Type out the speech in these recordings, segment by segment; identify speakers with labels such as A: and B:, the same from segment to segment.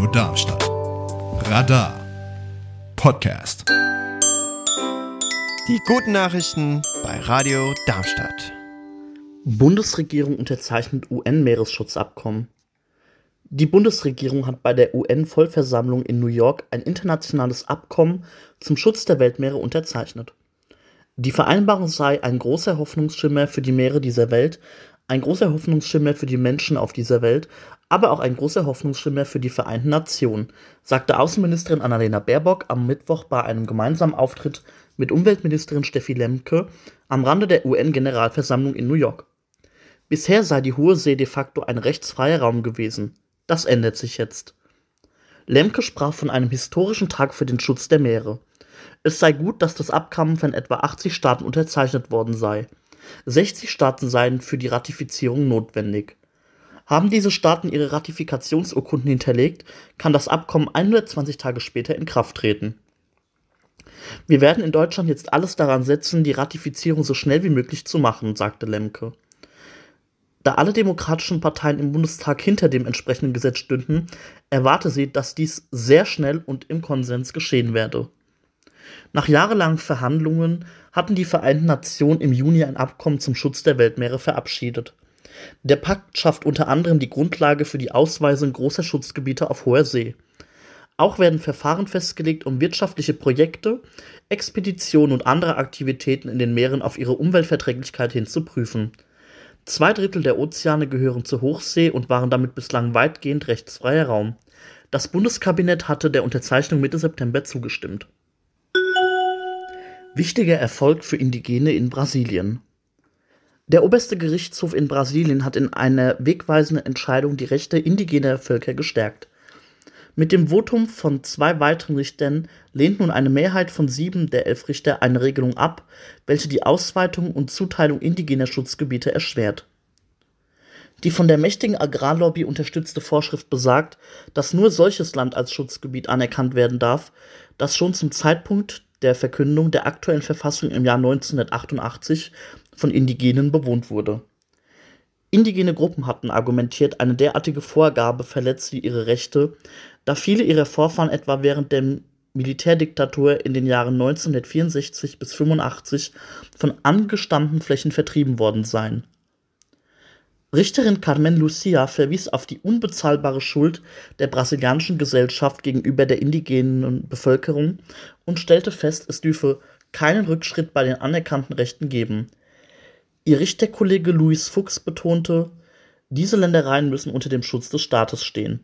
A: Darmstadt. Radar Podcast.
B: Die guten Nachrichten bei Radio Darmstadt.
C: Bundesregierung unterzeichnet UN-Meeresschutzabkommen. Die Bundesregierung hat bei der UN-Vollversammlung in New York ein internationales Abkommen zum Schutz der Weltmeere unterzeichnet. Die Vereinbarung sei ein großer Hoffnungsschimmer für die Meere dieser Welt, ein großer Hoffnungsschimmer für die Menschen auf dieser Welt, aber auch ein großer Hoffnungsschimmer für die Vereinten Nationen, sagte Außenministerin Annalena Baerbock am Mittwoch bei einem gemeinsamen Auftritt mit Umweltministerin Steffi Lemke am Rande der UN-Generalversammlung in New York. Bisher sei die Hohe See de facto ein rechtsfreier Raum gewesen. Das ändert sich jetzt. Lemke sprach von einem historischen Tag für den Schutz der Meere. Es sei gut, dass das Abkommen von etwa 80 Staaten unterzeichnet worden sei. 60 Staaten seien für die Ratifizierung notwendig. Haben diese Staaten ihre Ratifikationsurkunden hinterlegt, kann das Abkommen 120 Tage später in Kraft treten. Wir werden in Deutschland jetzt alles daran setzen, die Ratifizierung so schnell wie möglich zu machen, sagte Lemke. Da alle demokratischen Parteien im Bundestag hinter dem entsprechenden Gesetz stünden, erwarte sie, dass dies sehr schnell und im Konsens geschehen werde. Nach jahrelangen Verhandlungen hatten die Vereinten Nationen im Juni ein Abkommen zum Schutz der Weltmeere verabschiedet. Der Pakt schafft unter anderem die Grundlage für die Ausweisung großer Schutzgebiete auf hoher See. Auch werden Verfahren festgelegt, um wirtschaftliche Projekte, Expeditionen und andere Aktivitäten in den Meeren auf ihre Umweltverträglichkeit hin zu prüfen. 2/3 der Ozeane gehören zur Hochsee und waren damit bislang weitgehend rechtsfreier Raum. Das Bundeskabinett hatte der Unterzeichnung Mitte September zugestimmt. Wichtiger Erfolg für Indigene in Brasilien. Der oberste Gerichtshof in Brasilien hat in einer wegweisenden Entscheidung die Rechte indigener Völker gestärkt. Mit dem Votum von 2 weiteren Richtern lehnt nun eine Mehrheit von 7 der 11 Richter eine Regelung ab, welche die Ausweitung und Zuteilung indigener Schutzgebiete erschwert. Die von der mächtigen Agrarlobby unterstützte Vorschrift besagt, dass nur solches Land als Schutzgebiet anerkannt werden darf, das schon zum Zeitpunkt der Verkündung der aktuellen Verfassung im Jahr 1988 von Indigenen bewohnt wurde. Indigene Gruppen hatten argumentiert, eine derartige Vorgabe verletze ihre Rechte, da viele ihrer Vorfahren etwa während der Militärdiktatur in den Jahren 1964 bis 85 von angestammten Flächen vertrieben worden seien. Richterin Carmen Lucia verwies auf die unbezahlbare Schuld der brasilianischen Gesellschaft gegenüber der indigenen Bevölkerung und stellte fest, es dürfe keinen Rückschritt bei den anerkannten Rechten geben. Ihr Richterkollege Luis Fux betonte, diese Ländereien müssen unter dem Schutz des Staates stehen.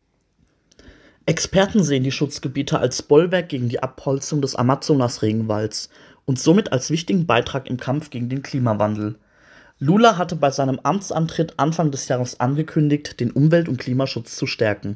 C: Experten sehen die Schutzgebiete als Bollwerk gegen die Abholzung des Amazonas-Regenwalds und somit als wichtigen Beitrag im Kampf gegen den Klimawandel. Lula hatte bei seinem Amtsantritt Anfang des Jahres angekündigt, den Umwelt- und Klimaschutz zu stärken.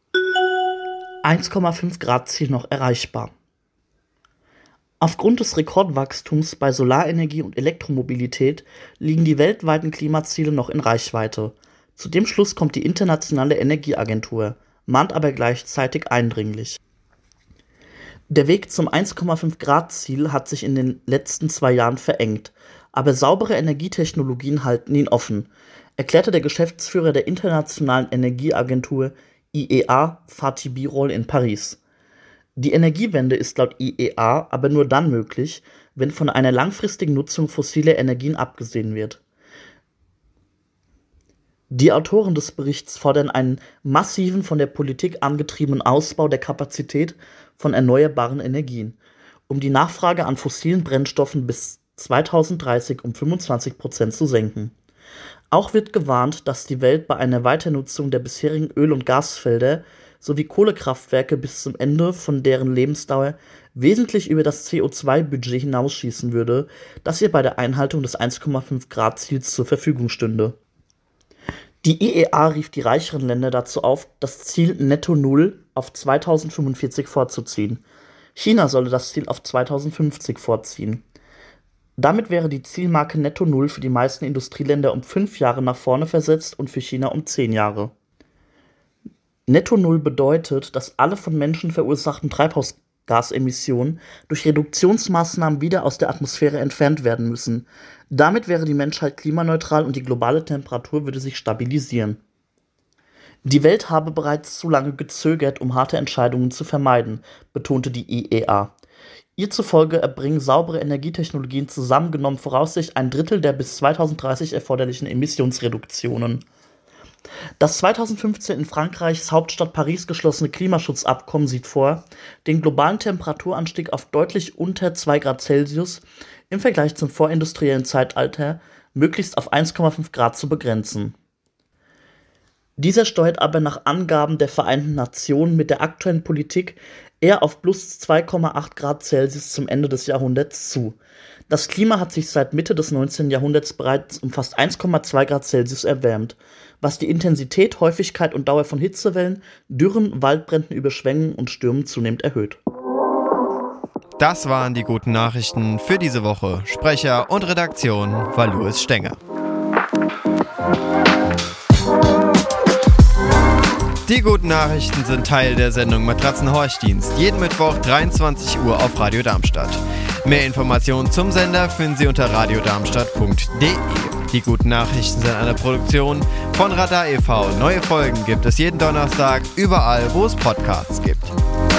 C: 1,5 Grad Ziel noch erreichbar. Aufgrund des Rekordwachstums bei Solarenergie und Elektromobilität liegen die weltweiten Klimaziele noch in Reichweite. Zu dem Schluss kommt die Internationale Energieagentur, mahnt aber gleichzeitig eindringlich. Der Weg zum 1,5 Grad Ziel hat sich in den letzten 2 Jahren verengt, aber saubere Energietechnologien halten ihn offen, erklärte der Geschäftsführer der Internationalen Energieagentur IEA Fatih Birol in Paris. Die Energiewende ist laut IEA aber nur dann möglich, wenn von einer langfristigen Nutzung fossiler Energien abgesehen wird. Die Autoren des Berichts fordern einen massiven, von der Politik angetriebenen Ausbau der Kapazität von erneuerbaren Energien, um die Nachfrage an fossilen Brennstoffen bis 2030 um 25% zu senken. Auch wird gewarnt, dass die Welt bei einer Weiternutzung der bisherigen Öl- und Gasfelder sowie Kohlekraftwerke bis zum Ende von deren Lebensdauer wesentlich über das CO2-Budget hinausschießen würde, das ihr bei der Einhaltung des 1,5 Grad Ziels zur Verfügung stünde. Die IEA rief die reicheren Länder dazu auf, das Ziel Netto Null auf 2045 vorzuziehen. China solle das Ziel auf 2050 vorziehen. Damit wäre die Zielmarke Netto Null für die meisten Industrieländer um 5 Jahre nach vorne versetzt und für China um 10 Jahre. Netto Null bedeutet, dass alle von Menschen verursachten Treibhausgasemissionen durch Reduktionsmaßnahmen wieder aus der Atmosphäre entfernt werden müssen. Damit wäre die Menschheit klimaneutral und die globale Temperatur würde sich stabilisieren. Die Welt habe bereits zu lange gezögert, um harte Entscheidungen zu vermeiden, betonte die IEA. Ihr zufolge erbringen saubere Energietechnologien zusammengenommen voraussichtlich ein Drittel der bis 2030 erforderlichen Emissionsreduktionen. Das 2015 in Frankreichs Hauptstadt Paris geschlossene Klimaschutzabkommen sieht vor, den globalen Temperaturanstieg auf deutlich unter 2 Grad Celsius im Vergleich zum vorindustriellen Zeitalter möglichst auf 1,5 Grad zu begrenzen. Dieser steuert aber nach Angaben der Vereinten Nationen mit der aktuellen Politik eher auf plus 2,8 Grad Celsius zum Ende des Jahrhunderts zu. Das Klima hat sich seit Mitte des 19. Jahrhunderts bereits um fast 1,2 Grad Celsius erwärmt, was die Intensität, Häufigkeit und Dauer von Hitzewellen, Dürren, Waldbränden, Überschwemmungen und Stürmen zunehmend erhöht.
B: Das waren die guten Nachrichten für diese Woche. Sprecher und Redaktion war Louis Stenger. Die guten Nachrichten sind Teil der Sendung Matratzenhorchdienst, jeden Mittwoch 23 Uhr auf Radio Darmstadt. Mehr Informationen zum Sender finden Sie unter radiodarmstadt.de. Die guten Nachrichten sind eine Produktion von Radar e.V. Neue Folgen gibt es jeden Donnerstag überall, wo es Podcasts gibt.